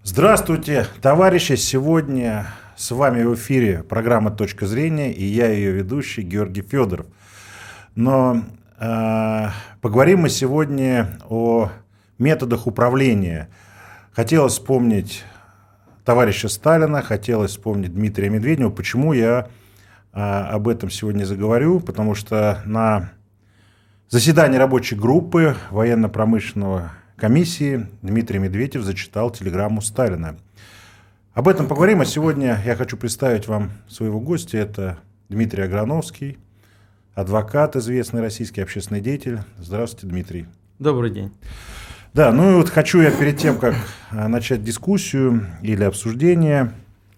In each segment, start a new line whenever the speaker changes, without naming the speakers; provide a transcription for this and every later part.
Здравствуйте, товарищи! Сегодня с вами в эфире программа «Точка зрения» и я ее ведущий Георгий Федоров. Но поговорим мы сегодня о методах управления. Хотелось вспомнить товарища Сталина, хотелось вспомнить Дмитрия Медведева. Почему я об этом сегодня заговорю? Потому что на заседании рабочей группы военно-промышленного комиссии Дмитрий Медведев зачитал телеграмму Сталина. Об этом поговорим, а сегодня я хочу представить вам своего гостя. Это Дмитрий Аграновский, адвокат, известный российский общественный деятель. Здравствуйте, Дмитрий.
Добрый день.
Да, ну и вот хочу я перед тем, как начать дискуссию или обсуждение,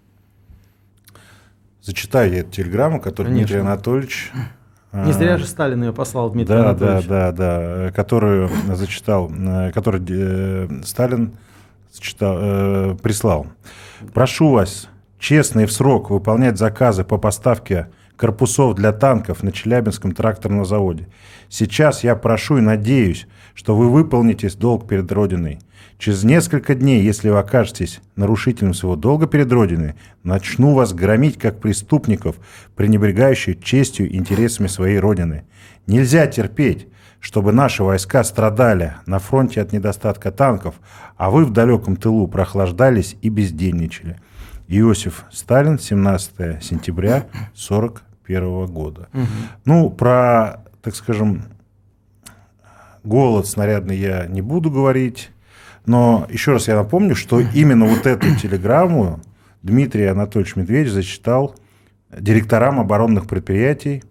зачитаю я эту телеграмму, которую Дмитрий Анатольевич...
Не зря же Сталин ее послал, Дмитрий Анатольевич.
Да, которую зачитал, которую Сталин прислал. Прошу вас честно и в срок выполнять заказы по поставке корпусов для танков на Челябинском тракторном заводе. Сейчас я прошу и надеюсь, что вы выполните долг перед Родиной. Через несколько дней, если вы окажетесь нарушителем своего долга перед Родиной, начну вас громить как преступников, пренебрегающих честью и интересами своей Родины. Нельзя терпеть, чтобы наши войска страдали на фронте от недостатка танков, а вы в далеком тылу прохлаждались и бездельничали. Иосиф Сталин, 17 сентября 1941 года. Ну, про, так скажем, голод снарядный я не буду говорить. Но еще раз я напомню, что именно вот эту телеграмму Дмитрий Анатольевич Медведев зачитал директорам оборонных предприятий,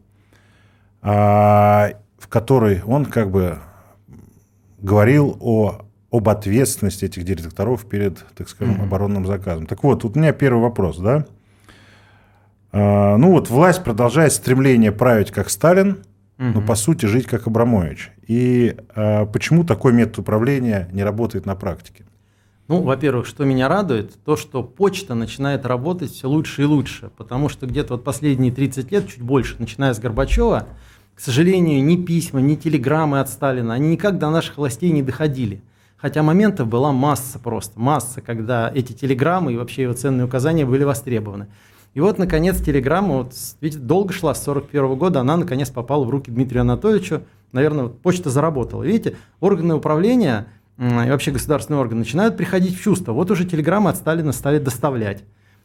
в которой он как бы говорил об ответственности этих директоров перед, так скажем, оборонным заказом. Так вот, у меня первый вопрос, да? Ну вот власть продолжает стремление править как Сталин, но по сути жить как Абрамович. И почему такой метод управления не работает на практике?
Ну, во-первых, что меня радует, то, что почта начинает работать все лучше и лучше, потому что где-то вот последние 30 лет, чуть больше, начиная с Горбачева, к сожалению, ни письма, ни телеграммы от Сталина, они никак до наших властей не доходили. Хотя моментов была масса просто, масса, когда эти телеграммы и вообще его ценные указания были востребованы. И вот, наконец, телеграмма, вот, видите, долго шла, с 1941 года, она, наконец, попала в руки Дмитрию Анатольевичу. Наверное, вот, почта заработала. Видите, органы управления и вообще государственные органы начинают приходить в чувство. Вот уже телеграммы от Сталина стали доставлять.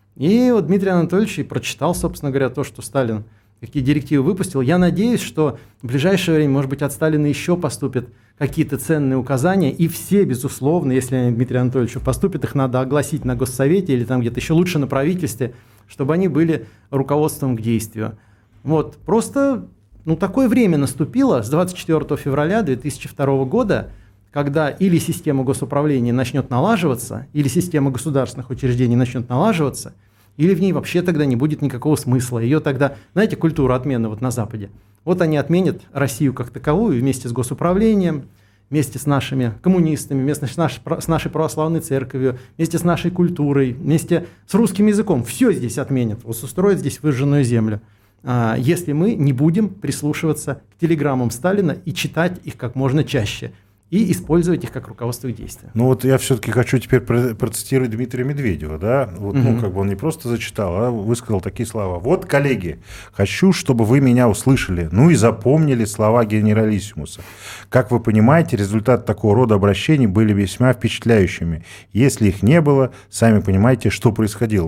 И вот Дмитрий Анатольевич и прочитал, собственно говоря, то, что Сталин, какие директивы выпустил. Я надеюсь, что в ближайшее время, может быть, от Сталина еще поступят какие-то ценные указания, и все, безусловно, если они Дмитрию Анатольевичу поступят, их надо огласить на Госсовете или там где-то еще лучше на правительстве, чтобы они были руководством к действию. Вот, просто, такое время наступило с 24 февраля 2002 года, когда или система госуправления начнет налаживаться, или система государственных учреждений начнет налаживаться, или в ней вообще тогда не будет никакого смысла. Ее тогда, знаете, культура отмены вот на Западе. Вот они отменят Россию как таковую вместе с госуправлением, вместе с нашими коммунистами, вместе с нашей православной церковью, вместе с нашей культурой, вместе с русским языком. Все здесь отменят, вот устроят здесь выжженную землю. Если мы не будем прислушиваться к телеграммам Сталина и читать их как можно чаще, и использовать их как руководство к действию.
Ну вот я все-таки хочу теперь процитировать Дмитрия Медведева, да, вот, как бы он не просто зачитал, а высказал такие слова. Вот, коллеги, хочу, чтобы вы меня услышали, и запомнили слова генералиссимуса. Как вы понимаете, результаты такого рода обращений были весьма впечатляющими. Если их не было, сами понимаете, что происходило.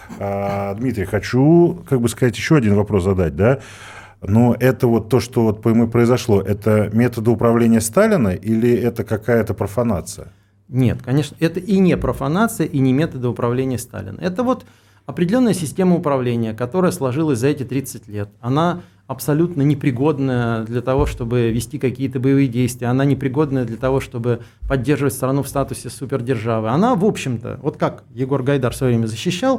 Дмитрий, хочу, сказать, еще один вопрос задать, да. Но это вот то, что вот произошло, это методы управления Сталина или это какая-то профанация?
Нет, конечно, это и не профанация, и не методы управления Сталина. Это вот определенная система управления, которая сложилась за эти 30 лет. Она абсолютно непригодная для того, чтобы вести какие-то боевые действия. Она непригодная для того, чтобы поддерживать страну в статусе супердержавы. Она, в общем-то, вот как Егор Гайдар в свое время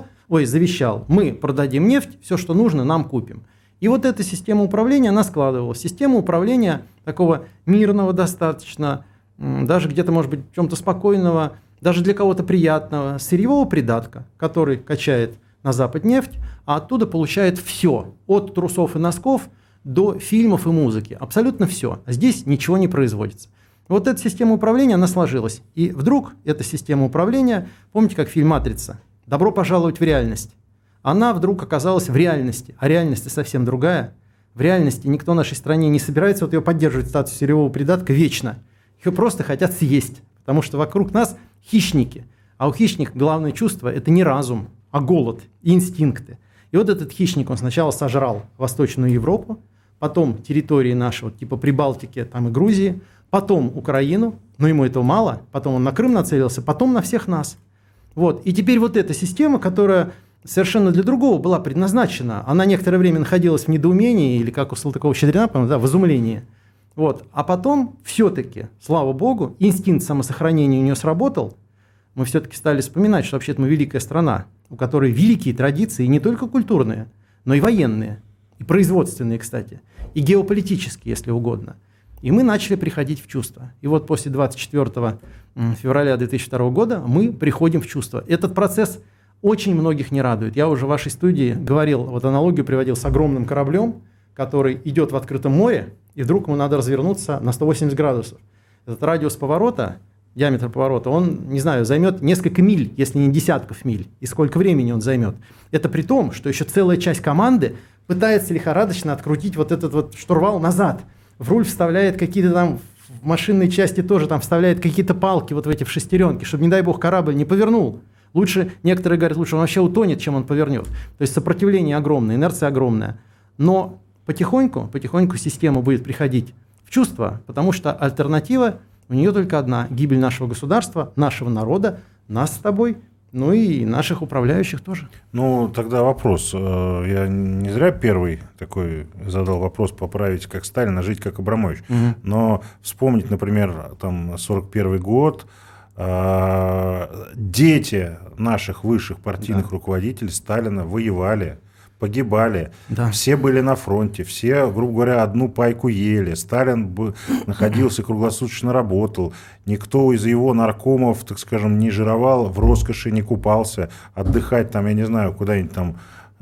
завещал, мы продадим нефть, все, что нужно, нам купим. И вот эта система управления, она складывалась. Система управления такого мирного достаточно, даже где-то, может быть, в чем-то спокойного, даже для кого-то приятного, сырьевого придатка, который качает на Запад нефть, а оттуда получает все, от трусов и носков до фильмов и музыки, абсолютно все. А здесь ничего не производится. Вот эта система управления, она сложилась. И вдруг эта система управления, помните, как фильм «Матрица»? «Добро пожаловать в реальность». Она вдруг оказалась в реальности, а реальность совсем другая. В реальности никто в нашей стране не собирается вот ее поддерживать статус сырьевого придатка вечно. Ее просто хотят съесть, потому что вокруг нас хищники. А у хищника главное чувство – это не разум, а голод и инстинкты. И вот этот хищник, он сначала сожрал Восточную Европу, потом территории нашего, типа Прибалтики там и Грузии, потом Украину, но ему этого мало, потом он на Крым нацелился, потом на всех нас. Вот. И теперь вот эта система, которая совершенно для другого была предназначена, она некоторое время находилась в недоумении, или как у Салтыкова-Щедрина, да, в изумлении. Вот. А потом все-таки, слава богу, инстинкт самосохранения у нее сработал, мы все-таки стали вспоминать, что вообще-то мы великая страна, у которой великие традиции, не только культурные, но и военные, и производственные, кстати, и геополитические, если угодно. И мы начали приходить в чувство. И вот после 24 февраля 2002 года мы приходим в чувство. Этот процесс очень многих не радует. Я уже в вашей студии говорил, вот аналогию приводил с огромным кораблем, который идет в открытом море, и вдруг ему надо развернуться на 180 градусов. Этот радиус поворота, диаметр поворота, он, не знаю, займет несколько миль, если не десятков миль. И сколько времени он займет. Это при том, что еще целая часть команды пытается лихорадочно открутить вот этот вот штурвал назад. В руль вставляет какие-то там, в машинной части тоже там вставляет какие-то палки вот в эти в шестеренки, чтобы, не дай бог, корабль не повернул. Лучше, некоторые говорят, лучше он вообще утонет, чем он повернет. То есть сопротивление огромное, инерция огромная. Но потихоньку система будет приходить в чувство, потому что альтернатива у нее только одна – гибель нашего государства, нашего народа, нас с тобой, ну и наших управляющих тоже.
Ну, тогда вопрос. Я не зря первый такой задал вопрос поправить как Сталин, а жить как Абрамович. Угу. Но вспомнить, например, там 41 год, дети наших высших партийных руководителей Сталина воевали, погибали, все были на фронте, все, грубо говоря, одну пайку ели, Сталин находился, круглосуточно работал, никто из его наркомов, так скажем, не жировал, в роскоши не купался, отдыхать там, я не знаю, куда-нибудь там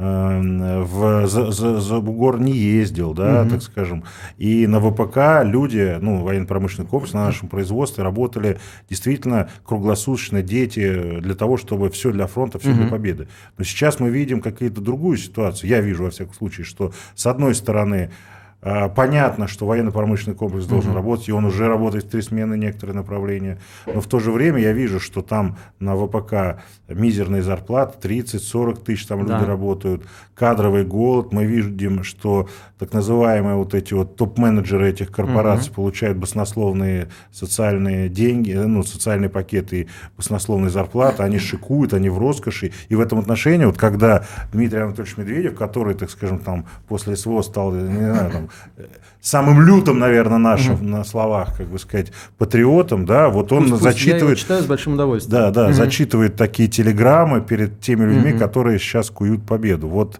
за бугор не ездил, да, так скажем. И на ВПК люди, ну, военно-промышленный комплекс на нашем производстве работали действительно круглосуточно, дети, для того, чтобы все для фронта, все для победы. Но сейчас мы видим какую-то другую ситуацию. Я вижу, во всяком случае, что с одной стороны понятно, что военно-промышленный комплекс должен работать, и он уже работает в 3 смены, некоторые направления. Но в то же время я вижу, что там на ВПК мизерные зарплаты, 30-40 тысяч там люди работают, кадровый голод. Мы видим, что так называемые вот эти вот топ-менеджеры этих корпораций получают баснословные социальные деньги, ну, социальные пакеты и баснословные зарплаты, они шикуют, они в роскоши. И в этом отношении, вот когда Дмитрий Анатольевич Медведев, который, так скажем, там после СВО стал, не знаю, там, самым лютым, наверное, нашим на словах, как бы сказать, патриотом, да, вот он зачитывает... Я его
читаю с большим удовольствием.
Да, зачитывает такие телеграммы перед теми людьми, которые сейчас куют победу. Вот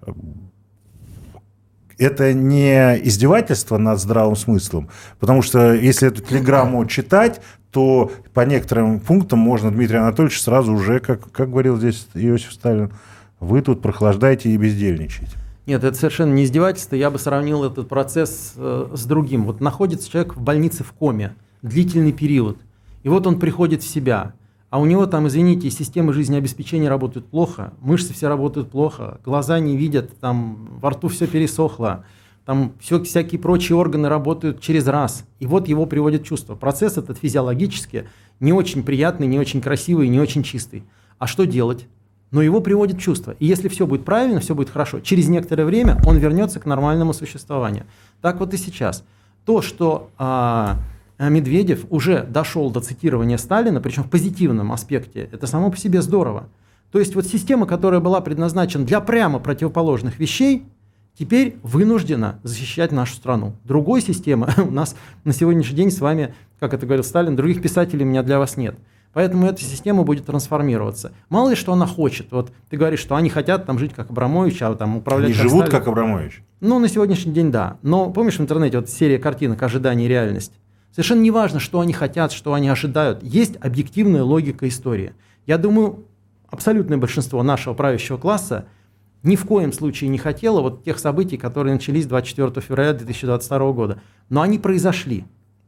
это не издевательство над здравым смыслом, потому что если эту телеграмму читать, то по некоторым пунктам можно Дмитрия Анатольевича сразу уже, как говорил здесь Иосиф Сталин, вы тут прохлаждаете и бездельничаете.
Нет, это совершенно не издевательство. Я бы сравнил этот процесс с другим. Вот находится человек в больнице в коме длительный период, и вот он приходит в себя, а у него там, извините, системы жизнеобеспечения работают плохо, мышцы все работают плохо, глаза не видят, там во рту все пересохло, там всякие прочие органы работают через раз, и вот его приводит в чувство. Процесс этот физиологически не очень приятный, не очень красивый, не очень чистый. А что делать? Но его приводит в чувство. И если все будет правильно, все будет хорошо, через некоторое время он вернется к нормальному существованию. Так вот и сейчас. То, что Медведев уже дошел до цитирования Сталина, причем в позитивном аспекте, это само по себе здорово. То есть вот система, которая была предназначена для прямо противоположных вещей, теперь вынуждена защищать нашу страну. Другой системы у нас на сегодняшний день с вами, как это говорил Сталин, других писателей у меня для вас нет. Поэтому эта система будет трансформироваться. Мало ли, что она хочет. Вот ты говоришь, что они хотят там жить как Абрамович, а там управлять...
Они живут как Абрамович?
Ну, на сегодняшний день да. Но помнишь в интернете вот серия картинок «Ожидание и реальность»? Совершенно не важно, что они хотят, что они ожидают. Есть объективная логика истории. Я думаю, абсолютное большинство нашего правящего класса ни в коем случае не хотело вот тех событий, которые начались 24 февраля 2022 года. Но они произошли.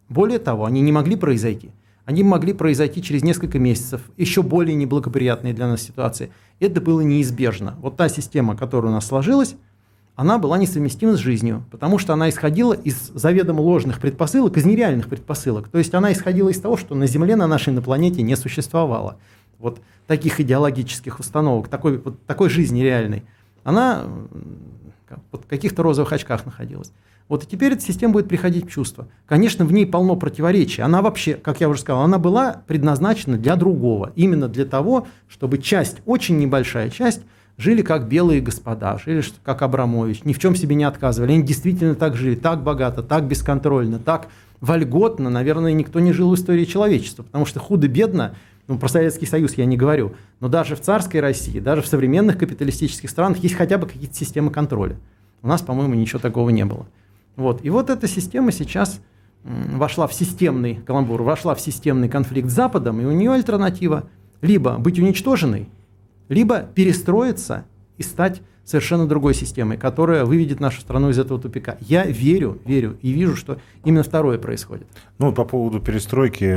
Более того, они не могли произойти. Они могли произойти через несколько месяцев, еще более неблагоприятные для нас ситуации. Это было неизбежно. Вот та система, которая у нас сложилась, она была несовместима с жизнью, потому что она исходила из заведомо ложных предпосылок, из нереальных предпосылок. То есть она исходила из того, что на Земле, на нашей на планете не существовало вот таких идеологических установок, такой жизни реальной. Она вот в каких-то розовых очках находилась. Вот и теперь эта система будет приходить в чувство. Конечно, в ней полно противоречий. Она вообще, как я уже сказал, она была предназначена для другого. Именно для того, чтобы часть, очень небольшая часть, жили как белые господа, жили как Абрамович, ни в чем себе не отказывали. Они действительно так жили, так богато, так бесконтрольно, так вольготно, наверное, никто не жил в истории человечества, потому что худо-бедно, про Советский Союз я не говорю, но даже в царской России, даже в современных капиталистических странах есть хотя бы какие-то системы контроля. У нас, по-моему, ничего такого не было. Вот. И вот эта система сейчас вошла в системный каламбур, вошла в системный конфликт с Западом, и у нее альтернатива либо быть уничтоженной, либо перестроиться и стать совершенно другой системой, которая выведет нашу страну из этого тупика. Я верю и вижу, что именно второе происходит.
Ну, по поводу перестройки,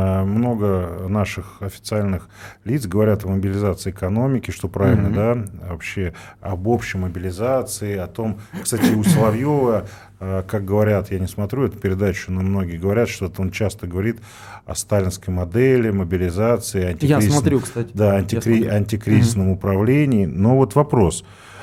много наших официальных лиц говорят о мобилизации экономики, что правильно, да, вообще об общей мобилизации, о том, кстати, у Соловьева, как говорят, я не смотрю эту передачу, но многие говорят, что он часто говорит о сталинской модели, мобилизации,
я смотрю, кстати.
Да, антикризисном управлении. Но вот вопрос.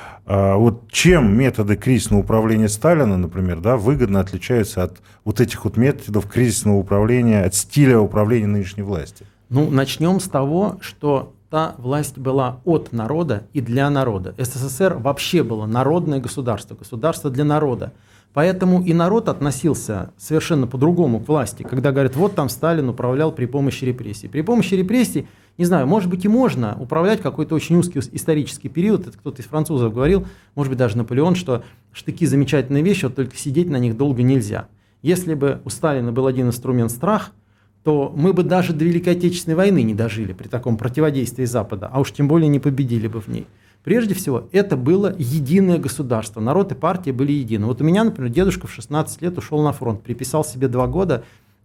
Вот чем методы кризисного управления Сталина, например, да, выгодно отличаются от вот этих вот методов кризисного управления, от стиля управления нынешней власти?
Ну, начнем с того, что та власть была от народа и для народа. СССР вообще было народное государство, государство для народа. Поэтому и народ относился совершенно по-другому к власти, когда говорят, вот там Сталин управлял при помощи репрессий. При помощи репрессий, не знаю, может быть и можно управлять какой-то очень узкий исторический период. Это кто-то из французов говорил, может быть даже Наполеон, что штыки замечательная вещь, вот только сидеть на них долго нельзя. Если бы у Сталина был один инструмент страх, то мы бы даже до Великой Отечественной войны не дожили при таком противодействии Запада, а уж тем более не победили бы в ней. Прежде всего, это было единое государство. Народ и партия были едины. Вот у меня, например, дедушка в 16 лет ушел на фронт, приписал себе 2 года.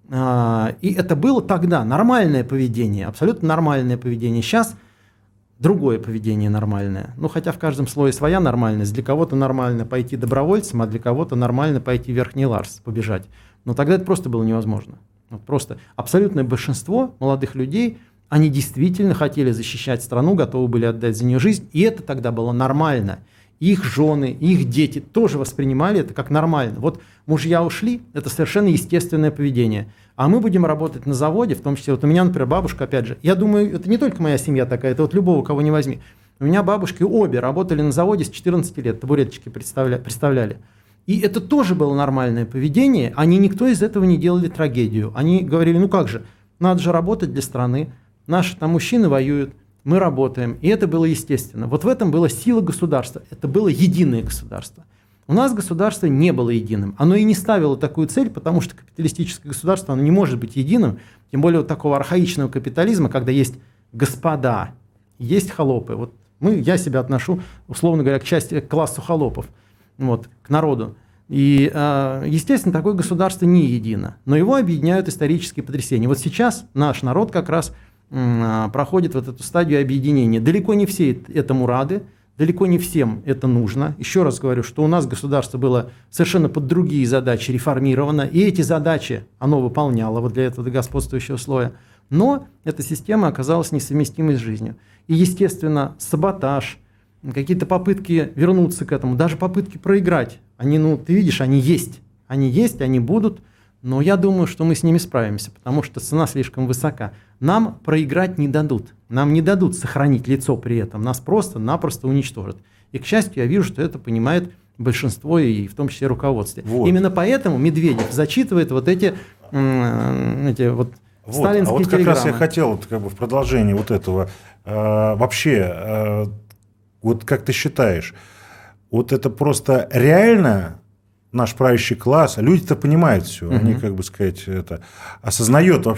И это было тогда нормальное поведение, абсолютно нормальное поведение. Сейчас другое поведение нормальное. Ну, хотя в каждом слое своя нормальность. Для кого-то нормально пойти добровольцем, а для кого-то нормально пойти в Верхний Ларс, побежать. Но тогда это просто было невозможно. Вот просто абсолютное большинство молодых людей, они действительно хотели защищать страну, готовы были отдать за нее жизнь, и это тогда было нормально. Их жены, их дети тоже воспринимали это как нормально. Вот мужья ушли, это совершенно естественное поведение. А мы будем работать на заводе, в том числе, вот у меня, например, бабушка, опять же, я думаю, это не только моя семья такая, это вот любого, кого не возьми. У меня бабушки обе работали на заводе с 14 лет, табуреточки представляли. И это тоже было нормальное поведение, никто из этого не делали трагедию. Они говорили, ну как же, надо же работать для страны. Наши там мужчины воюют, мы работаем. И это было естественно. Вот в этом была сила государства. Это было единое государство. У нас государство не было единым. Оно и не ставило такую цель, потому что капиталистическое государство оно не может быть единым. Тем более вот такого архаичного капитализма, когда есть господа, есть холопы. Вот я себя отношу, условно говоря, к классу холопов, вот, к народу. И, естественно, такое государство не едино. Но его объединяют исторические потрясения. Вот сейчас наш народ как раз проходит вот эту стадию объединения. Далеко не все этому рады, далеко не всем это нужно. Еще раз говорю, что у нас государство было совершенно под другие задачи реформировано, и эти задачи оно выполняло вот для этого господствующего слоя. Но эта система оказалась несовместимой с жизнью. И, естественно, саботаж, какие-то попытки вернуться к этому, даже попытки проиграть, ты видишь, они есть, они будут. Но я думаю, что мы с ними справимся, потому что цена слишком высока. Нам проиграть не дадут. Нам не дадут сохранить лицо при этом. Нас просто-напросто уничтожат. И, к счастью, я вижу, что это понимает большинство, и в том числе руководство. Вот. Именно поэтому Медведев зачитывает вот эти сталинские телеграммы.
А вот как раз я хотел в продолжении вот этого. Вообще, вот как ты считаешь, вот это просто реально... Наш правящий класс, люди-то понимают все, они, осознают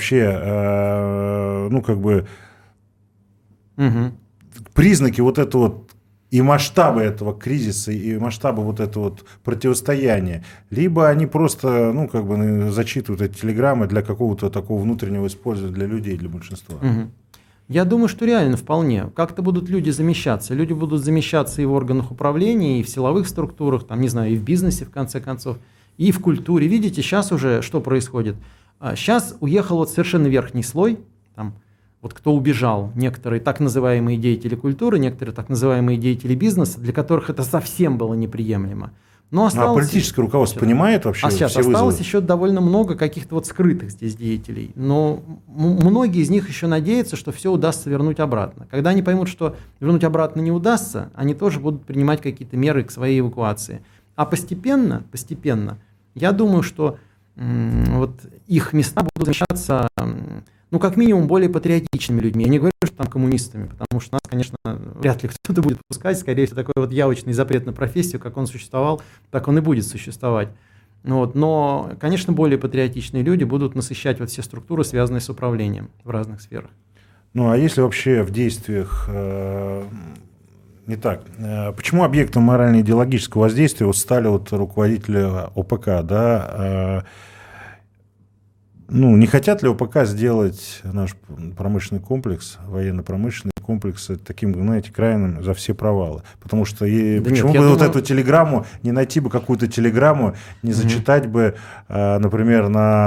вообще, признаки вот этого вот и масштабы этого кризиса, и масштабы вот этого вот противостояния, либо они просто, ну, как бы зачитывают эти телеграммы для какого-то такого внутреннего использования для людей, для большинства.
Угу. Я думаю, что реально вполне. Как-то будут люди замещаться. Люди будут замещаться и в органах управления, и в силовых структурах, там, не знаю, и в бизнесе, в конце концов, и в культуре. Видите, сейчас уже что происходит? Сейчас уехал вот совершенно верхний слой, там, вот кто убежал, некоторые так называемые деятели культуры, некоторые так называемые деятели бизнеса, для которых это совсем было неприемлемо. Но осталось,
политическое руководство понимает вообще
сейчас
все
осталось
вызовы?
еще довольно много каких-то вот скрытых здесь деятелей. Но многие из них еще надеются, что все удастся вернуть обратно. Когда они поймут, что вернуть обратно не удастся, они тоже будут принимать какие-то меры к своей эвакуации. А постепенно, я думаю, что вот их места будут замещаться, ну, как минимум, более патриотичными людьми. Я не говорю, что там коммунистами, потому что нас, конечно, вряд ли кто-то будет пускать. Скорее всего, такой вот явочный запрет на профессию, как он существовал, так он и будет существовать. Вот. Но, конечно, более патриотичные люди будут насыщать вот все структуры, связанные с управлением в разных сферах.
Ну, а если вообще в действиях не так? Почему объектом морально-идеологического воздействия вот стали вот руководители ОПК, да? Ну, не хотят ли ОПК сделать наш промышленный комплекс, военно-промышленный комплекс таким, знаете, крайним за все провалы? Потому что почему бы вот эту телеграмму, не найти бы какую-то телеграмму, не зачитать бы, например,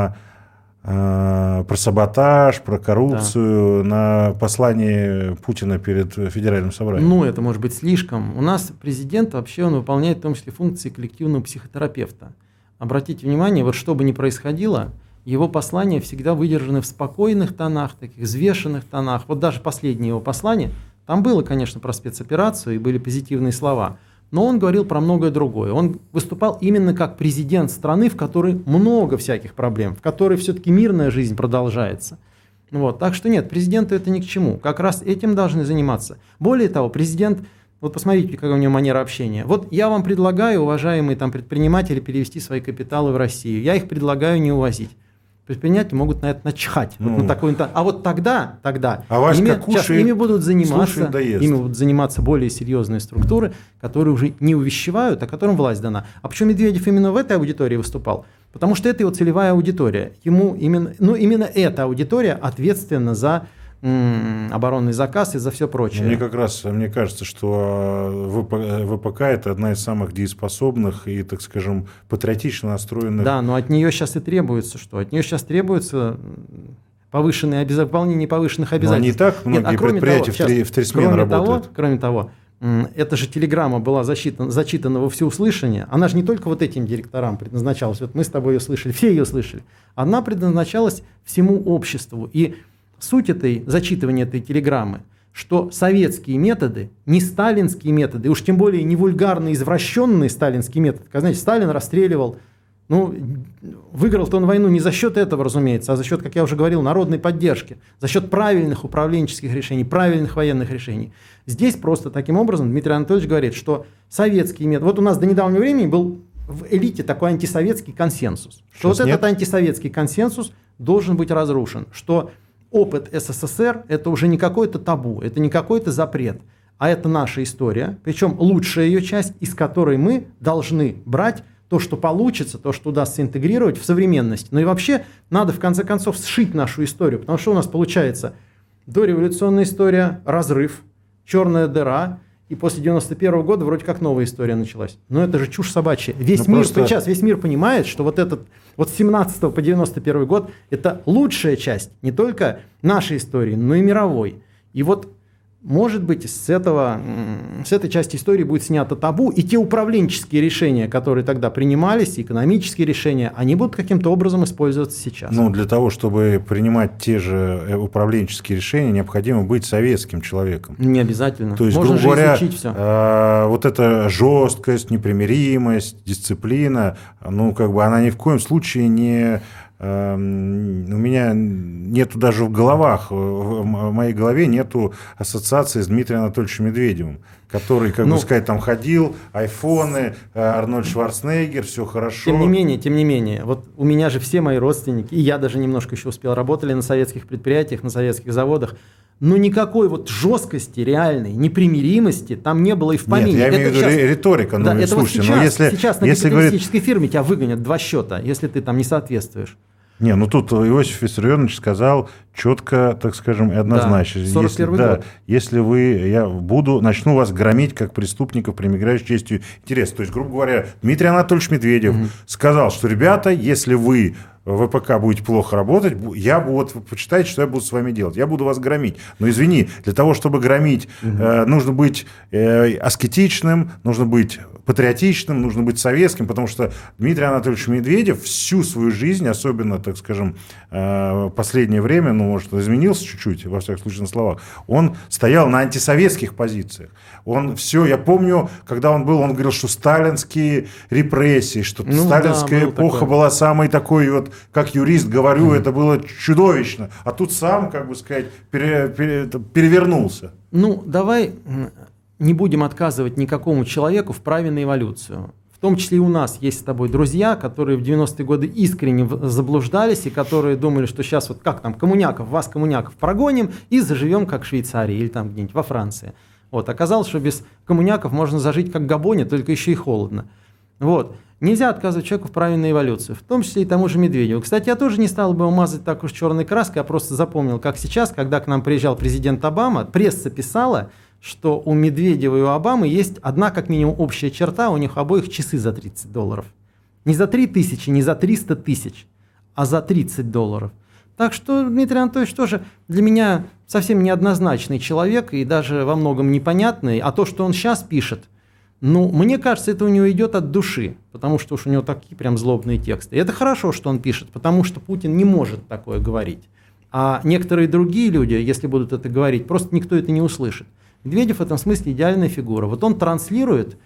про саботаж, про коррупцию, на послание Путина перед Федеральным собранием?
Ну, это может быть слишком. У нас президент вообще, он выполняет в том числе функции коллективного психотерапевта. Обратите внимание, вот что бы ни происходило, его послания всегда выдержаны в спокойных тонах, таких взвешенных тонах. Вот даже последнее его послание, там было, конечно, про спецоперацию и были позитивные слова, но он говорил про многое другое. Он выступал именно как президент страны, в которой много всяких проблем, в которой все-таки мирная жизнь продолжается. Вот. Так что нет, президенту это ни к чему. Как раз этим должны заниматься. Более того, президент, вот посмотрите, какая у него манера общения. Вот я вам предлагаю, уважаемые там предприниматели, перевести свои капиталы в Россию. Я их предлагаю не увозить. Предприниматели могут на это начхать. Вот на такой, а вот тогда ими будут заниматься более серьезные структуры, которые уже не увещевают, а которым власть дана. А почему Медведев именно в этой аудитории выступал? Потому что это его целевая аудитория. Ему именно эта аудитория ответственна за оборонный заказ и за все прочее.
Мне кажется, что ВПК – это одна из самых дееспособных и, так скажем, патриотично настроенных.
Да, но от нее сейчас и требуется что? От нее сейчас требуется выполнение повышенных обязательств.
Но не так многие предприятия в три смены работают.
Кроме того, эта же телеграмма была зачитана во всеуслышание. Она же не только вот этим директорам предназначалась. Вот мы с тобой ее слышали, все ее слышали. Она предназначалась всему обществу. И суть зачитывания этой телеграммы, что советские методы, не сталинские методы, и уж тем более не вульгарно извращенный сталинский метод. Знаете, Сталин расстреливал, выиграл-то он войну не за счет этого, разумеется, а за счет, как я уже говорил, народной поддержки, за счет правильных управленческих решений, правильных военных решений. Здесь просто таким образом Дмитрий Анатольевич говорит, что советский метод, вот у нас до недавнего времени был в элите такой антисоветский консенсус, что вот этот антисоветский консенсус должен быть разрушен, что опыт СССР – это уже не какой-то табу, это не какой-то запрет, а это наша история, причем лучшая ее часть, из которой мы должны брать то, что получится, то, что удастся интегрировать в современность. Ну и вообще надо в конце концов сшить нашу историю, потому что у нас получается дореволюционная история, разрыв, черная дыра, и после 91 года вроде как новая история началась. Но это же чушь собачья. Весь мир понимает, что вот с 17 по 91 год это лучшая часть не только нашей истории, но и мировой. И вот, может быть, с этой части истории будет снято табу, и те управленческие решения, которые тогда принимались, экономические решения, они будут каким-то образом использоваться сейчас.
Для того, чтобы принимать те же управленческие решения, необходимо быть советским человеком.
Не обязательно.
То есть,
можно
грубо говоря,
изучить все.
Вот эта жесткость, непримиримость, дисциплина, она ни в коем случае не... У меня нету даже в моей голове нету ассоциации с Дмитрием Анатольевичем Медведевым, который, там ходил, айфоны, Арнольд Шварценеггер, все хорошо.
Тем не менее, вот у меня же все мои родственники, и я даже немножко еще успел, работали на советских предприятиях, на советских заводах. Но никакой вот жесткости реальной, непримиримости там не было и в помине.
Нет, я имею в виду риторика.
Да, это
слушайте,
вот сейчас на капиталистической
говорит...
фирме тебя выгонят 2 счета, если ты там не соответствуешь.
Не, ну тут Иосиф Виссарионович сказал четко, так скажем, и однозначно.
Да, 41 год.
Если я начну вас громить как преступников, пренебрегающих честью интереса. То есть, грубо говоря, Дмитрий Анатольевич Медведев сказал, что, ребята, если вы в ВПК будете плохо работать, почитайте, что я буду с вами делать. Я буду вас громить. Но извини, для того, чтобы громить, нужно быть аскетичным, нужно быть патриотичным, нужно быть советским, потому что Дмитрий Анатольевич Медведев всю свою жизнь, особенно, так скажем, последнее время, может, изменился чуть-чуть, во всяком случае, на словах, он стоял на антисоветских позициях. Я помню, когда он говорил, что сталинские репрессии, что сталинская эпоха была самой такой, как юрист говорю, это было чудовищно. А тут сам, как бы сказать, перевернулся.
Давай не будем отказывать никакому человеку в праве на эволюцию. В том числе и у нас есть с тобой друзья, которые в 90-е годы искренне заблуждались и которые думали, что сейчас вас, коммуняков, прогоним и заживем как в Швейцарии или там где-нибудь во Франции. Оказалось, что без коммуняков можно зажить как в Габоне, только еще и холодно. Нельзя отказывать человеку в праве на эволюцию, в том числе и тому же Медведеву. Кстати, я тоже не стал бы его мазать так уж черной краской, я просто запомнил, как сейчас, когда к нам приезжал президент Обама, пресса писала, что у Медведева и у Обамы есть одна, как минимум, общая черта, у них обоих часы за $30. Не за 3000, не за 300 тысяч, а за $30. Так что Дмитрий Анатольевич тоже для меня совсем неоднозначный человек и даже во многом непонятный, а то, что он сейчас пишет, мне кажется, это у него идет от души, потому что уж у него такие прям злобные тексты. И это хорошо, что он пишет, потому что Путин не может такое говорить. А некоторые другие люди, если будут это говорить, просто никто это не услышит. Медведев в этом смысле идеальная фигура. Он транслирует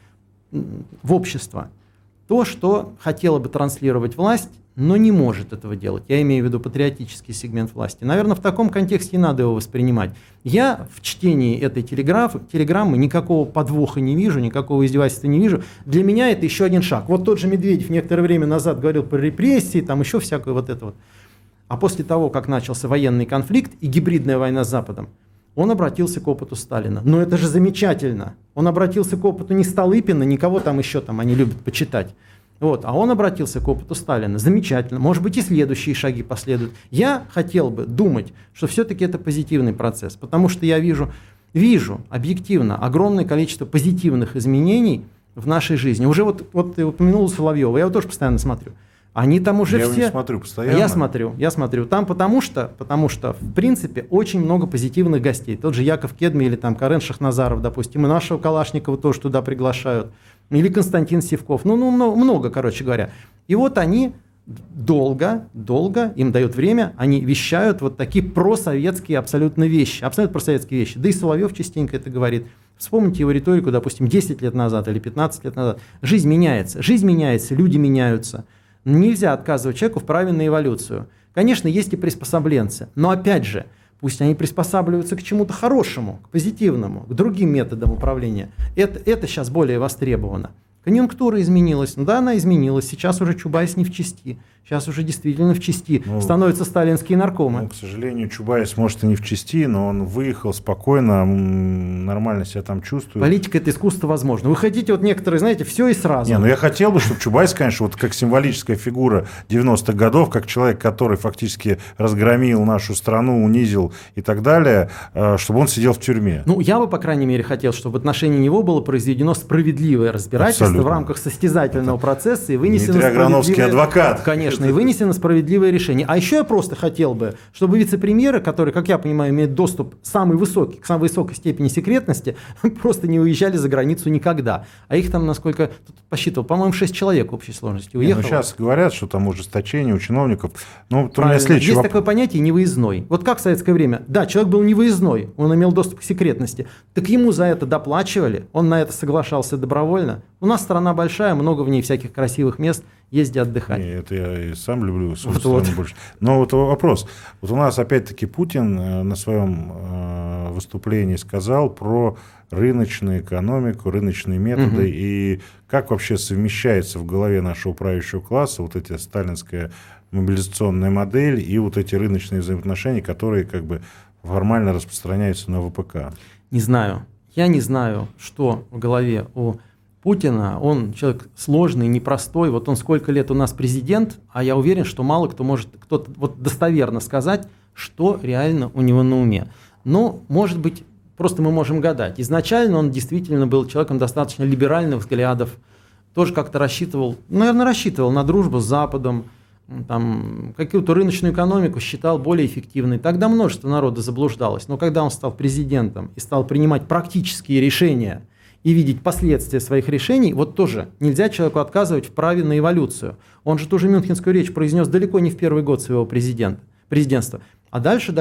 в общество то, что хотела бы транслировать власть, но не может этого делать. Я имею в виду патриотический сегмент власти. Наверное, в таком контексте и надо его воспринимать. Я в чтении этой телеграммы никакого подвоха не вижу, никакого издевательства не вижу. Для меня это еще один шаг. Тот же Медведев некоторое время назад говорил про репрессии, там еще всякое это. А после того, как начался военный конфликт и гибридная война с Западом, он обратился к опыту Сталина. Но это же замечательно. Он обратился к опыту не Столыпина, никого там еще они любят почитать. А он обратился к опыту Сталина. Замечательно. Может быть, и следующие шаги последуют. Я хотел бы думать, что все-таки это позитивный процесс, потому что я вижу объективно огромное количество позитивных изменений в нашей жизни. Уже ты упомянул Соловьева, я его тоже постоянно смотрю. Они там уже все...
Я не смотрю постоянно.
Я смотрю. Там потому что, в принципе, очень много позитивных гостей. Тот же Яков Кедми или Карен Шахназаров, допустим, и нашего Калашникова тоже туда приглашают. Или Константин Сивков. Много, короче говоря. И они долго, им дают время, они вещают такие просоветские абсолютно просоветские вещи. Да и Соловьев частенько это говорит. Вспомните его риторику, допустим, 10 лет назад или 15 лет назад. Жизнь меняется, люди меняются. Нельзя отказывать человеку в праве на эволюцию. Конечно, есть и приспособленцы, но опять же, пусть они приспосабливаются к чему-то хорошему, к позитивному, к другим методам управления. Это сейчас более востребовано. Конъюнктура изменилась. Она изменилась. Сейчас уже Чубайс не в части. Сейчас уже действительно в части становятся сталинские наркомы.
К сожалению, Чубайс, может, и не в части, но он выехал спокойно, нормально себя там чувствует.
Политика – это искусство возможно. Вы хотите, некоторые, знаете, все и сразу.
Я хотел бы, чтобы Чубайс, конечно, как символическая фигура 90-х годов, как человек, который фактически разгромил нашу страну, унизил и так далее, чтобы он сидел в тюрьме.
Я бы, по крайней мере, хотел, чтобы в отношении него было произведено справедливое разбирательство. Абсолютно. В рамках состязательного процесса и вынесено
Дмитрий Аграновский адвокат.
Конечно, и вынесено справедливое решение. А еще я просто хотел бы, чтобы вице-премьеры, которые, как я понимаю, имеют доступ к самой высокой степени секретности, просто не уезжали за границу никогда. А их там, насколько тут посчитывал, по-моему, 6 человек в общей сложности уехало.
Сейчас говорят, что там ужесточение у чиновников.
Есть такое понятие невыездной. Как в советское время. Да, человек был невыездной, он имел доступ к секретности. Так ему за это доплачивали, он на это соглашался добровольно. У нас страна большая, много в ней всяких красивых мест, езди отдыхать.
Это я и сам люблю свою страну больше. Но вопрос. У нас опять-таки Путин на своем выступлении сказал про рыночную экономику, рыночные методы и как вообще совмещается в голове нашего правящего класса эта сталинская мобилизационная модель и эти рыночные взаимоотношения, которые формально распространяются на ВПК?
Не знаю. Я не знаю, что в голове у Путина. Он человек сложный, непростой. Вот он сколько лет у нас президент, а я уверен, что мало кто может кто-то вот достоверно сказать, что реально у него на уме. Но, может быть, просто мы можем гадать. Изначально он действительно был человеком достаточно либеральных взглядов, тоже как-то рассчитывал, наверное, рассчитывал на дружбу с Западом, там, какую-то рыночную экономику считал более эффективной. Тогда множество народа заблуждалось. Но когда он стал президентом и стал принимать практические решения и видеть последствия своих решений, вот тоже нельзя человеку отказывать в праве на эволюцию. Он же ту же мюнхенскую речь произнес далеко не в первый год своего президентства. А дальше.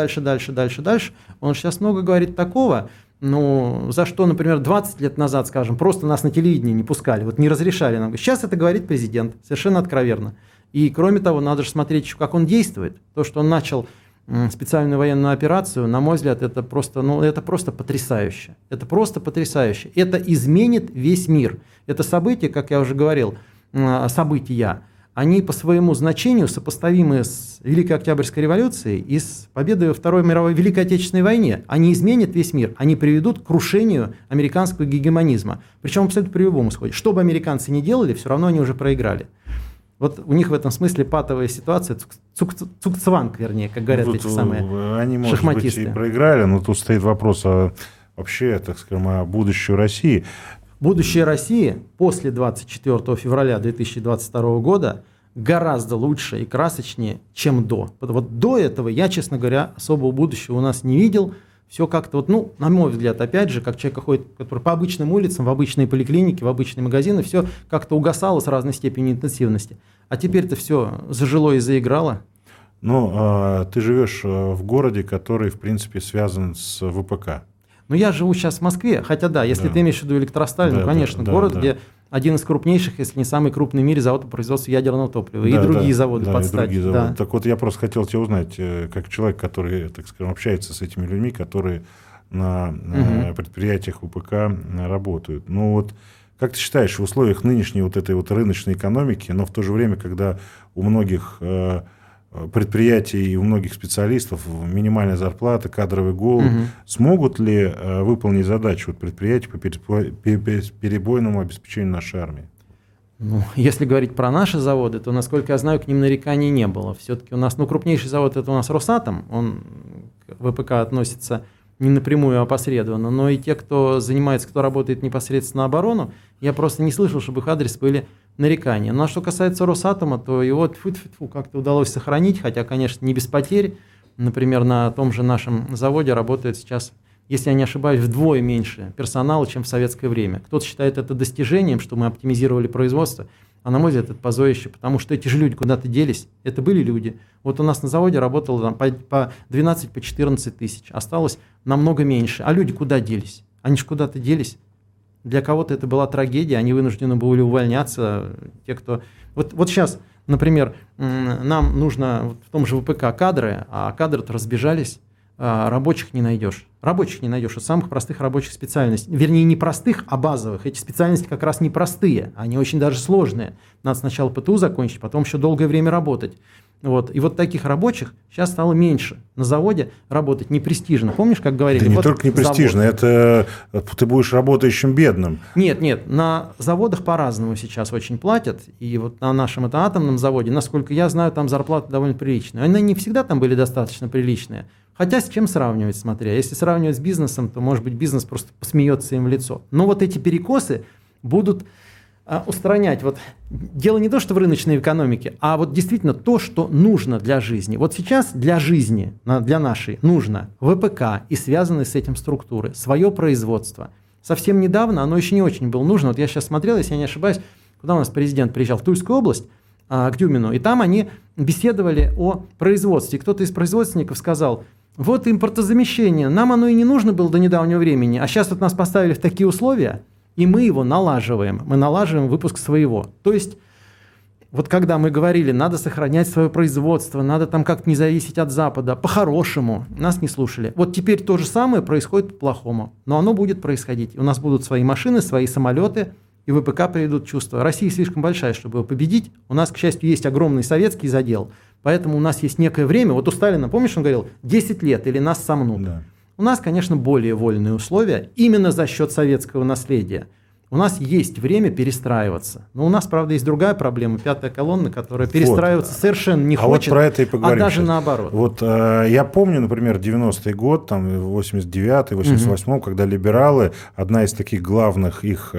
Он сейчас много говорит такого, ну, за что, например, 20 лет назад, скажем, просто нас на телевидении не пускали, вот не разрешали нам. Сейчас это говорит президент, совершенно откровенно. И кроме того, надо же смотреть еще, как он действует. То, что он начал специальную военную операцию, на мой взгляд, это просто потрясающе. Это просто потрясающе. Это изменит весь мир. Это события, как я уже говорил, события, они по своему значению сопоставимы с Великой Октябрьской революцией и с победой во Второй мировой Великой Отечественной войне. Они изменят весь мир, они приведут к крушению американского гегемонизма. Причем абсолютно при любом исходе. Что бы американцы ни делали, все равно они уже проиграли. Вот у них в этом смысле патовая ситуация, цукцванг, вернее, как говорят эти самые
они, может
шахматисты.
Быть, и проиграли, но тут стоит вопрос вообще, так скажем, о будущем России.
Будущее России после 24 февраля 2022 года гораздо лучше и красочнее, чем до. Вот до этого я, честно говоря, особого будущего у нас не видел. Все как-то, вот, ну, на мой взгляд, опять же, как человек ходит, который по обычным улицам, в обычные поликлиники, в обычные магазины, все как-то угасало с разной степенью интенсивности. А теперь-то все зажило и заиграло.
Ну, ты живешь в городе, который, в принципе, связан с ВПК.
Ну, я живу сейчас в Москве, хотя да, если ты имеешь в виду Электросталь, ну, конечно, город, где один из крупнейших, если не самый крупный в мире завод по производству ядерного топлива, и другие заводы под стать. Да.
Так вот, я просто хотел тебя узнать, как человек, который, так скажем, общается с этими людьми, которые на предприятиях ВПК работают. Ну вот, как ты считаешь, в условиях нынешней вот этой вот рыночной экономики, но в то же время, когда у многих предприятий и у многих специалистов минимальная зарплата, кадровый голод, смогут ли выполнить задачу предприятий по перебойному обеспечению нашей армии?
Ну, если говорить про наши заводы, то, насколько я знаю, к ним нареканий не было. Все-таки у нас, крупнейший завод – это у нас Росатом, он к ВПК относится не напрямую, а опосредованно, но и те, кто занимается, кто работает непосредственно на оборону, я просто не слышал, чтобы их адрес были нарекания. Ну, а что касается Росатома, то его как-то удалось сохранить, хотя, конечно, не без потерь. Например, на том же нашем заводе работает сейчас, если я не ошибаюсь, вдвое меньше персонала, чем в советское время. Кто-то считает это достижением, что мы оптимизировали производство, а на мой взгляд, это позорище, потому что эти же люди куда-то делись. Это были люди. Вот у нас на заводе работало там, по 12-14 тысяч, осталось намного меньше. А люди куда делись? Они же куда-то делись. Для кого-то это была трагедия, они вынуждены были увольняться. Те, кто... Вот сейчас, например, нам нужно в том же ВПК кадры, а кадры-то разбежались, рабочих не найдешь. Рабочих не найдешь, у самых простых рабочих специальностей. Вернее, не простых, а базовых. Эти специальности как раз не простые, они очень даже сложные. Надо сначала ПТУ закончить, потом еще долгое время работать. Вот. И вот таких рабочих сейчас стало меньше. На заводе работать непрестижно. Помнишь, как говорили?
Да не только непрестижно, это ты будешь работающим бедным.
Нет, на заводах по-разному сейчас очень платят. И вот на нашем атомном заводе, насколько я знаю, там зарплаты довольно приличные. Они не всегда там были достаточно приличные. Хотя с чем сравнивать, смотря. Если сравнивать с бизнесом, то, может быть, бизнес просто посмеется им в лицо. Но вот эти перекосы будут устранять. Вот дело не то, что в рыночной экономике, а вот действительно то, что нужно для жизни. Вот сейчас для жизни, для нашей, нужно ВПК и связанные с этим структуры, свое производство. Совсем недавно оно еще не очень было нужно. Вот я сейчас смотрел, если я не ошибаюсь, куда у нас президент приезжал, в Тульскую область, к Дюмину, и там они беседовали о производстве. И кто-то из производственников сказал: вот импортозамещение, нам оно и не нужно было до недавнего времени, а сейчас вот нас поставили в такие условия, и мы его налаживаем. Мы налаживаем выпуск своего. То есть, вот когда мы говорили, надо сохранять свое производство, надо там как-то не зависеть от Запада, по-хорошему, нас не слушали. Вот теперь то же самое происходит по-плохому, но оно будет происходить. У нас будут свои машины, свои самолеты, и ВПК приведут в чувство. Россия слишком большая, чтобы его победить. У нас, к счастью, есть огромный советский задел, поэтому у нас есть некое время. Вот у Сталина, помнишь, он говорил, 10 лет или нас сомнут.
Да.
У нас, конечно, более вольные условия именно за счет советского наследия. У нас есть время перестраиваться. Но у нас, правда, есть другая проблема, пятая колонна, которая перестраиваться совершенно не хочет,
вот про это и поговорим
даже
сейчас.
Наоборот.
Вот я помню, например, 90-й год, там, 89-й, 88-й, когда либералы, одна из таких главных их,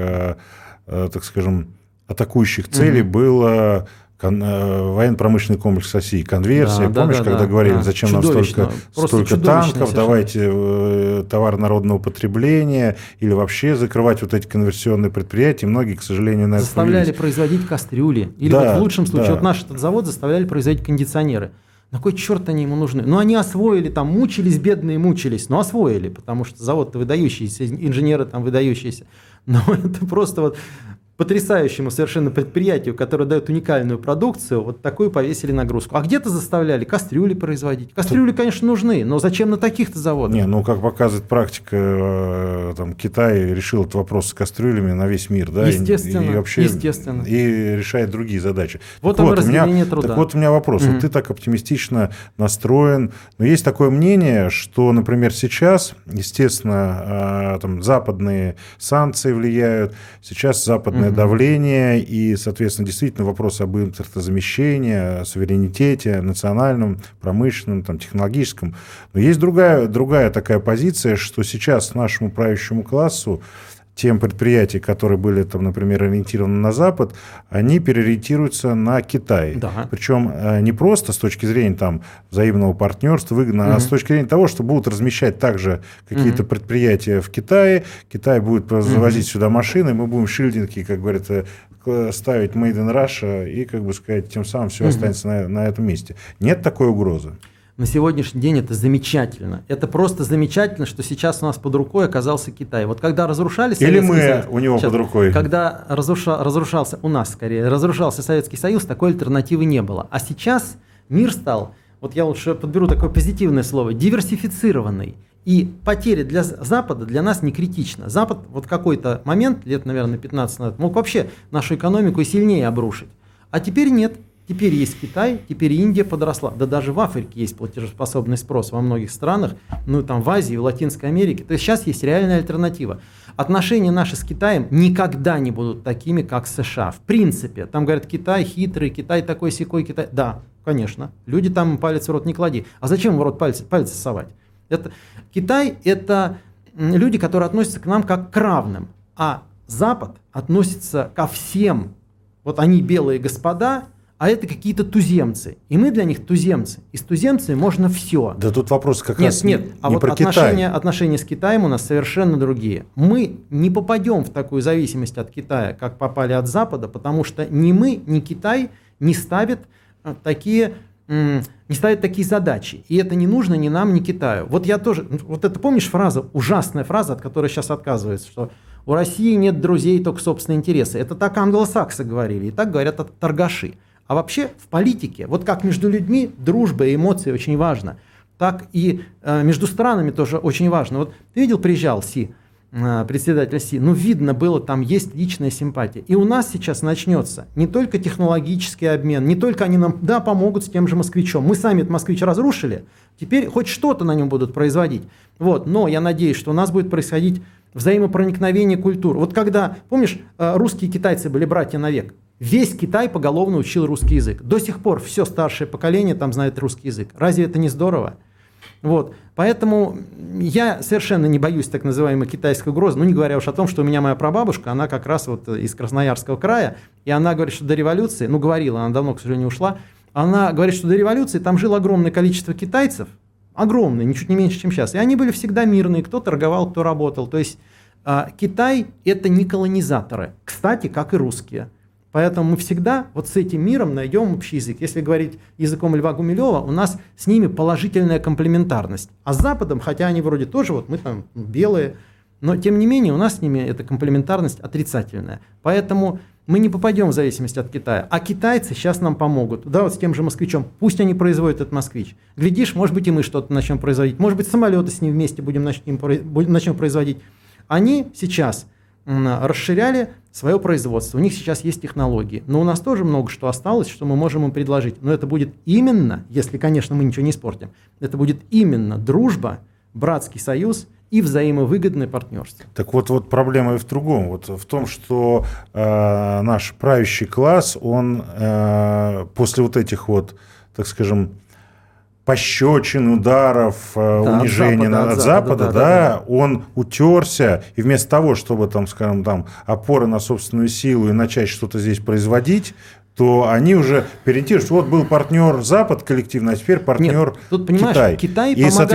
так скажем, атакующих целей была военно-промышленный комплекс России, конверсия. Помнишь, когда говорили, зачем нам столько танков, давайте товар народного потребления, или вообще закрывать вот эти конверсионные предприятия. Многие, к сожалению, на это
заставляли производить кастрюли. Или вот в лучшем случае, вот наш этот завод заставляли производить кондиционеры. На кой черт они ему нужны? Ну, они освоили, там, мучились, бедные мучились, но освоили, потому что завод-то выдающийся, инженеры там выдающиеся. Но это просто вот потрясающему совершенно предприятию, которое дает уникальную продукцию, вот такую повесили нагрузку. А где-то заставляли кастрюли производить. Кастрюли, конечно, нужны, но зачем на таких-то заводах?
Не, ну, как показывает практика, там, Китай решил этот вопрос с кастрюлями на весь мир, да?
Естественно,
и вообще,
естественно.
И решает другие задачи.
Вот так разделение труда.
Так вот у меня вопрос. Вот ты так оптимистично настроен. Но есть такое мнение, что, например, сейчас, естественно, там, западные санкции влияют, сейчас западные давление и, соответственно, действительно вопрос об импортозамещении, о суверенитете национальном, промышленном, там, технологическом. Но есть другая такая позиция, что сейчас нашему правящему классу тем предприятия, которые были, там, например, ориентированы на Запад, они переориентируются на Китай.
Да.
Причем не просто с точки зрения там, взаимного партнерства, выгодно, а с точки зрения того, что будут размещать также какие-то предприятия в Китае, Китай будет завозить сюда машины, мы будем шильдинги, как говорят, ставить Made in Russia, и, как бы сказать, тем самым все останется на этом месте. Нет такой угрозы?
На сегодняшний день это замечательно. Это просто замечательно, что сейчас у нас под рукой оказался Китай. Вот когда разрушались
Советский Союз, у него под рукой.
Когда разрушался, у нас скорее, разрушался Советский Союз, такой альтернативы не было. А сейчас мир стал, вот я лучше подберу такое позитивное слово, диверсифицированный. И потеря для Запада для нас не критична. Запад вот какой-то момент, лет, наверное, 15 назад, мог вообще нашу экономику и сильнее обрушить. А теперь нет. Теперь есть Китай, теперь Индия подросла. Да даже в Африке есть платежеспособный спрос во многих странах, ну там в Азии, в Латинской Америке. То есть сейчас есть реальная альтернатива. Отношения наши с Китаем никогда не будут такими, как с США. В принципе, там говорят, Китай хитрый, Китай такой-сякой, Китай. Да, конечно, люди там палец в рот не клади. А зачем в рот пальцы совать? Китай – это люди, которые относятся к нам как к равным, а Запад относится ко всем. Вот они белые господа, а это какие-то туземцы. И мы для них туземцы. И с туземцами можно все.
Да тут вопрос как раз
не вот
про Китай.
Отношения с Китаем у нас совершенно другие. Мы не попадем в такую зависимость от Китая, как попали от Запада, потому что ни мы, ни Китай не ставят такие задачи. И это не нужно ни нам, ни Китаю. Вот я тоже... Вот это помнишь фраза, ужасная фраза, от которой сейчас отказывается, что у России нет друзей, только собственные интересы. Это так англосаксы говорили, и так говорят торгаши. А вообще в политике, вот как между людьми дружба и эмоции очень важно, так и между странами тоже очень важно. Вот ты видел, приезжал Си, председатель Си, ну видно было, там есть личная симпатия. И у нас сейчас начнется не только технологический обмен, не только они нам, да, помогут с тем же «Москвичом». Мы сами этот «Москвич» разрушили, теперь хоть что-то на нем будут производить. Вот, но я надеюсь, что у нас будет происходить взаимопроникновение культур. Вот когда, помнишь, русские и китайцы были братья навек, весь Китай поголовно учил русский язык. До сих пор все старшее поколение там знает русский язык. Разве это не здорово? Вот. Поэтому я совершенно не боюсь так называемой китайской угрозы, ну не говоря уж о том, что у меня моя прабабушка, она как раз вот из Красноярского края, и она говорит, что до революции, ну говорила, она давно, к сожалению, ушла, она говорит, что до революции там жило огромное количество китайцев, огромное, ничуть не меньше, чем сейчас, и они были всегда мирные, кто торговал, кто работал. То есть Китай – это не колонизаторы, кстати, как и русские. Поэтому мы всегда вот с этим миром найдем общий язык. Если говорить языком Льва Гумилева, у нас с ними положительная комплементарность. А с Западом, хотя они вроде тоже, вот мы там белые, но тем не менее у нас с ними эта комплементарность отрицательная. Поэтому мы не попадем в зависимость от Китая. А китайцы сейчас нам помогут. Да, вот с тем же «Москвичом». Пусть они производят этот «Москвич». Глядишь, может быть, и мы что-то начнем производить. Может быть, самолеты с ним вместе начнем производить. Они сейчас расширяли свое производство. У них сейчас есть технологии. Но у нас тоже много что осталось, что мы можем им предложить. Но это будет именно, если, конечно, мы ничего не испортим, это будет именно дружба, братский союз и взаимовыгодное партнерство.
Так вот проблема и в другом. Вот в том, что наш правящий класс, он после вот этих вот, так скажем, пощечин, ударов, унижений от Запада, он утерся, и вместо того, чтобы, там, скажем, там, опоры на собственную силу и начать что-то здесь производить, то они уже переориентируются. Вот был партнер Запад коллективно, а теперь партнер Китай.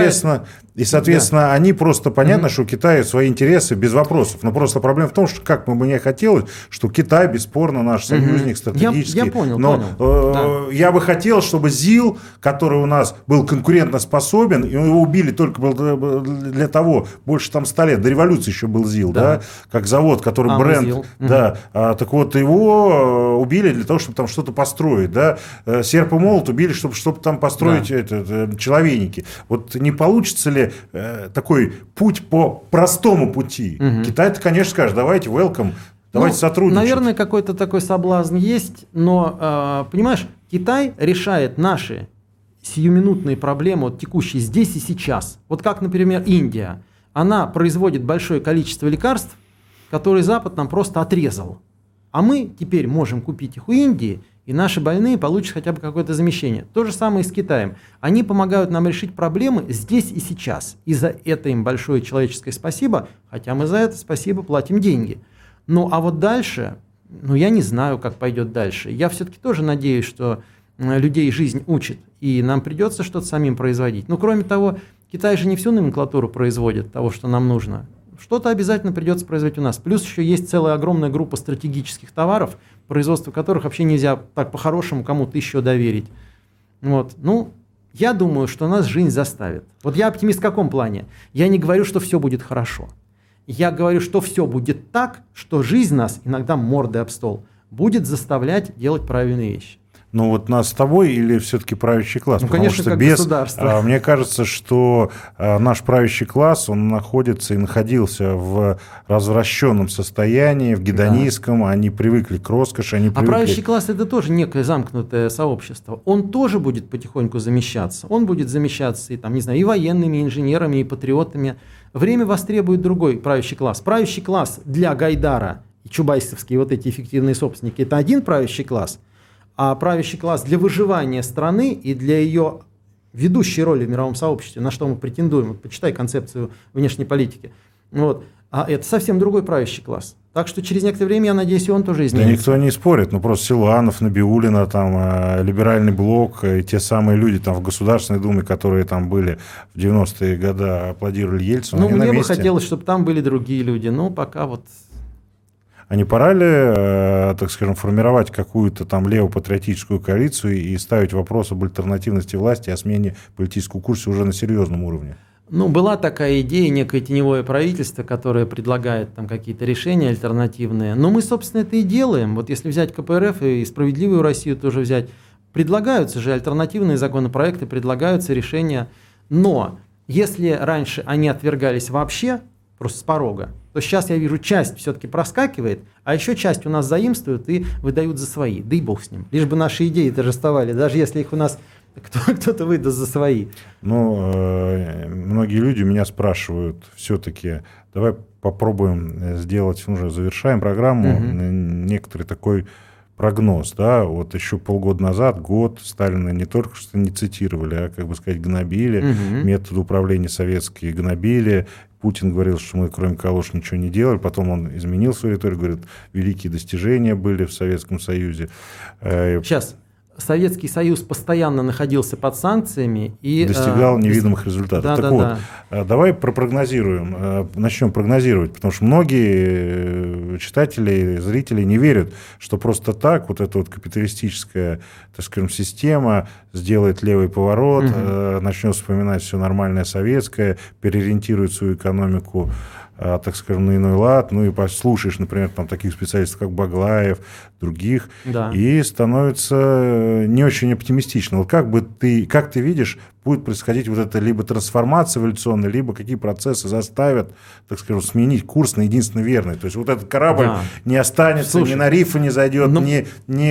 И, соответственно, они просто, понятно, что у Китая свои интересы без вопросов. Но просто проблема в том, что как бы мне хотелось, что Китай, бесспорно, наш союзник стратегический.
Я понял.
Я бы хотел, чтобы ЗИЛ, который у нас был конкурентоспособен, и его убили только для того, больше там 100 лет, до революции еще был ЗИЛ, да, как завод, который бренд. Так вот, его убили для того, чтобы там что-то построить. Да. Серп и молот убили, чтобы там построить человейники. Вот не получится ли такой путь по простому пути? Китай-то, конечно, скажет, давайте, welcome, давайте сотрудничать.
Наверное, какой-то такой соблазн есть, но, понимаешь, Китай решает наши сиюминутные проблемы, вот, текущие здесь и сейчас. Вот как, например, Индия. Она производит большое количество лекарств, которые Запад нам просто отрезал. А мы теперь можем купить их у Индии, и наши больные получат хотя бы какое-то замещение. То же самое и с Китаем. Они помогают нам решить проблемы здесь и сейчас. И за это им большое человеческое спасибо, хотя мы за это спасибо платим деньги. Ну а вот дальше, я не знаю, как пойдет дальше. Я все-таки тоже надеюсь, что людей жизнь учит, и нам придется что-то самим производить. Но кроме того, Китай же не всю номенклатуру производит того, что нам нужно. Что-то обязательно придется производить у нас. Плюс еще есть целая огромная группа стратегических товаров, производство которых вообще нельзя так по-хорошему кому-то еще доверить. Вот. Я думаю, что нас жизнь заставит. Вот я оптимист в каком плане? Я не говорю, что все будет хорошо. Я говорю, что все будет так, что жизнь нас, иногда мордой об стол, будет заставлять делать правильные вещи.
Ну вот нас с тобой или все-таки правящий класс?
Конечно, как государство.
Мне кажется, что наш правящий класс, он находится и находился в развращенном состоянии, в гедонистском, они привыкли к роскоши,
А правящий класс – это тоже некое замкнутое сообщество. Он тоже будет потихоньку замещаться. Он будет замещаться и военными, и инженерами, и патриотами. Время востребует другой правящий класс. Правящий класс для Гайдара и чубайсовские вот эти эффективные собственники – это один правящий класс. А правящий класс для выживания страны и для ее ведущей роли в мировом сообществе, на что мы претендуем, вот почитай концепцию внешней политики, а это совсем другой правящий класс. Так что через некоторое время, я надеюсь, и он тоже изменится.
Да никто не спорит, просто Силуанов, Набиуллина, либеральный блок, и те самые люди в Государственной Думе, которые там были в 90-е годы, аплодировали Ельцину,
мне бы хотелось, чтобы там были другие люди, но пока вот...
А не пора ли, так скажем, формировать какую-то левопатриотическую коалицию и ставить вопрос об альтернативности власти, о смене политического курса уже на серьезном уровне?
Была такая идея, некое теневое правительство, которое предлагает какие-то решения альтернативные. Но мы, собственно, это и делаем. Вот если взять КПРФ и «Справедливую Россию» тоже взять, предлагаются же альтернативные законопроекты, предлагаются решения. Но если раньше они отвергались вообще, просто с порога, то сейчас я вижу, часть все-таки проскакивает, а еще часть у нас заимствуют и выдают за свои. Да и бог с ним. Лишь бы наши идеи торжествовали, даже если их у нас кто-то выдаст за свои.
Многие люди меня спрашивают, все-таки давай попробуем сделать, уже завершаем программу, некоторый такой прогноз. Да? Вот еще полгода назад, год, Сталина не только что не цитировали, а, гнобили, методы управления советские гнобили. Путин говорил, что мы кроме калош ничего не делали, потом он изменил свою риторику, говорит, великие достижения были в Советском Союзе.
Сейчас. Советский Союз постоянно находился под санкциями и
достигал невидимых результатов. Давай пропрогнозируем, начнем прогнозировать, потому что многие читатели, зрители не верят, что просто так вот эта капиталистическая, так скажем, система сделает левый поворот, начнет вспоминать все нормальное советское, переориентирует свою экономику так скажем, на иной лад, ну и послушаешь, например, там таких специалистов, как Баглаев, других,
Да.
и становится не очень оптимистично. Вот как ты видишь, будет происходить вот это либо трансформация эволюционная, либо какие процессы заставят, так скажем, сменить курс на единственно верный. То есть вот этот корабль не останется, слушай, ни на рифы не зайдет, не...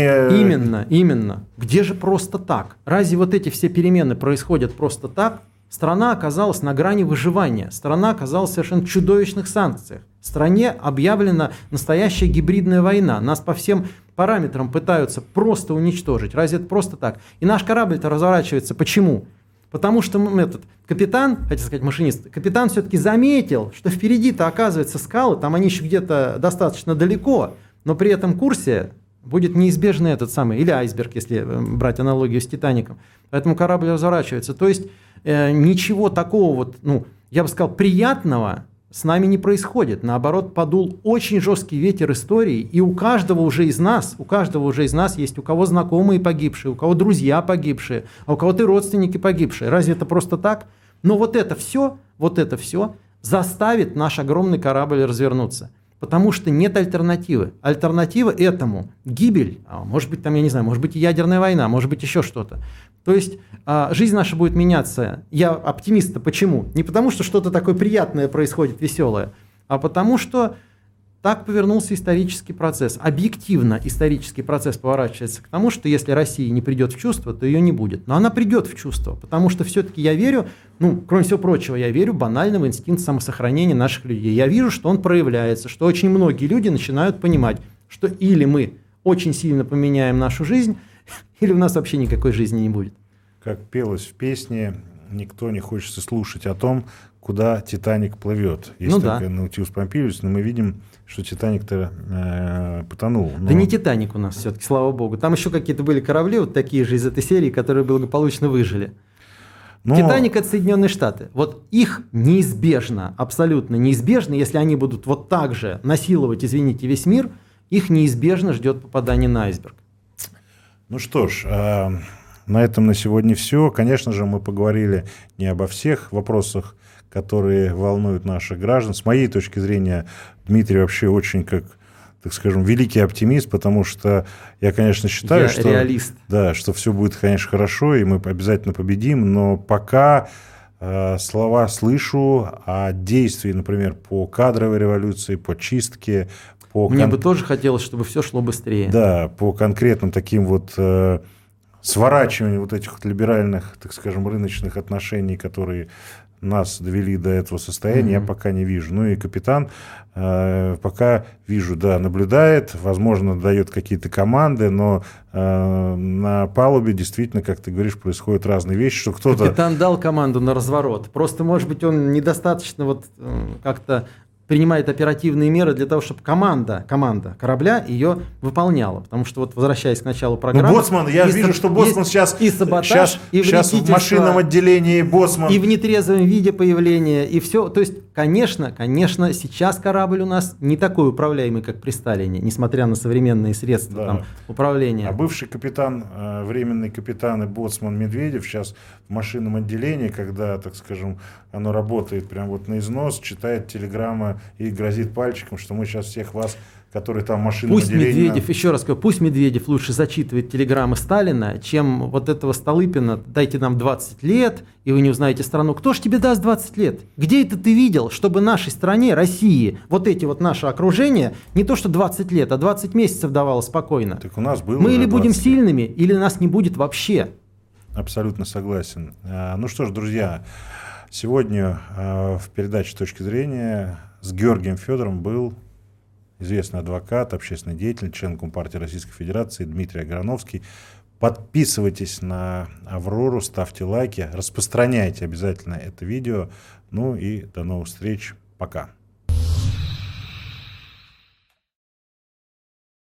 Именно. Где же просто так? Разве вот эти все перемены происходят просто так? Страна оказалась на грани выживания. Страна оказалась в совершенно чудовищных санкциях. В стране объявлена настоящая гибридная война. Нас по всем параметрам пытаются просто уничтожить. Разве это просто так? И наш корабль-то разворачивается. Почему? Потому что этот капитан, хотел сказать машинист, капитан все-таки заметил, что впереди-то оказывается скалы, там они еще где-то достаточно далеко, но при этом курсе будет неизбежный этот самый, или айсберг, если брать аналогию с Титаником. Поэтому корабль разворачивается. То есть ничего такого вот, я бы сказал, приятного с нами не происходит. Наоборот, подул очень жесткий ветер истории, и у каждого уже из нас есть у кого знакомые погибшие, у кого друзья погибшие, а у кого-то родственники погибшие. Разве это просто так? Но вот это все заставит наш огромный корабль развернуться. Потому что нет альтернативы. Альтернатива этому гибель, может быть, там, я не знаю, может быть, ядерная война, может быть, еще что-то. То есть жизнь наша будет меняться. Я оптимист-то почему? Не потому, что что-то такое приятное происходит, веселое, а потому что так повернулся исторический процесс. Объективно исторический процесс поворачивается к тому, что если Россия не придет в чувство, то ее не будет. Но она придет в чувство, потому что все-таки я верю, кроме всего прочего, я верю банально в инстинкт самосохранения наших людей. Я вижу, что он проявляется, что очень многие люди начинают понимать, что или мы очень сильно поменяем нашу жизнь, или у нас вообще никакой жизни не будет.
Как пелось в песне, никто не хочет слушать о том, куда Титаник плывет. Есть такая Наутилус Помпилиус, но мы видим, что Титаник-то потонул.
Да не Титаник у нас все-таки, слава богу. Там еще какие-то были корабли, вот такие же из этой серии, которые благополучно выжили. Титаник – это Соединенные Штаты. Вот их неизбежно, абсолютно неизбежно, если они будут вот так же насиловать, извините, весь мир, их неизбежно ждет попадание на айсберг.
Ну что ж, на этом на сегодня все. Конечно же, мы поговорили не обо всех вопросах, которые волнуют наших граждан. С моей точки зрения, Дмитрий вообще очень, так скажем, великий оптимист, потому что я, конечно, считаю, что,
реалист.
Да, что все будет, конечно, хорошо, и мы обязательно победим, но пока слова слышу, а действий, например, по кадровой революции, по чистке,
Мне бы тоже хотелось, чтобы все шло быстрее.
Да, по конкретным таким вот сворачиванию вот этих вот либеральных, так скажем, рыночных отношений, которые нас довели до этого состояния, я пока не вижу. Ну и капитан пока вижу, наблюдает, возможно, дает какие-то команды, но на палубе действительно, как ты говоришь, происходят разные вещи, что кто-то...
Капитан дал команду на разворот. Просто, может быть, он недостаточно как-то принимает оперативные меры для того, чтобы команда корабля ее выполняла. Потому что, возвращаясь к началу программы...
Боцман, я вижу, что Боцман сейчас...
И саботаж, и
сейчас в машинном отделении Боцман...
И в нетрезвом виде появления, и все. То есть, конечно, сейчас корабль у нас не такой управляемый, как при Сталине, несмотря на современные средства управления.
А бывший капитан, временный капитан и боцман Медведев сейчас в машинном отделении, когда, так скажем, оно работает прям на износ, читает телеграммы и грозит пальчиком, что мы сейчас всех вас, которые там в машинном отделении...
Еще раз говорю, пусть Медведев лучше зачитывает телеграммы Сталина, чем этого Столыпина: дайте нам 20 лет, и вы не узнаете страну. Кто ж тебе даст 20 лет? Где это ты видел, чтобы нашей стране, России, эти наше окружение, не то что 20 лет, а 20 месяцев давало спокойно?
Так у нас было.
Мы или будем сильными, или нас не будет вообще.
Абсолютно согласен. Ну что ж, друзья, сегодня в передаче «Точки зрения» с Георгием Федоровым был известный адвокат, общественный деятель, член Компартии Российской Федерации Дмитрий Аграновский. Подписывайтесь на «Аврору», ставьте лайки, распространяйте обязательно это видео. Ну и до новых встреч. Пока.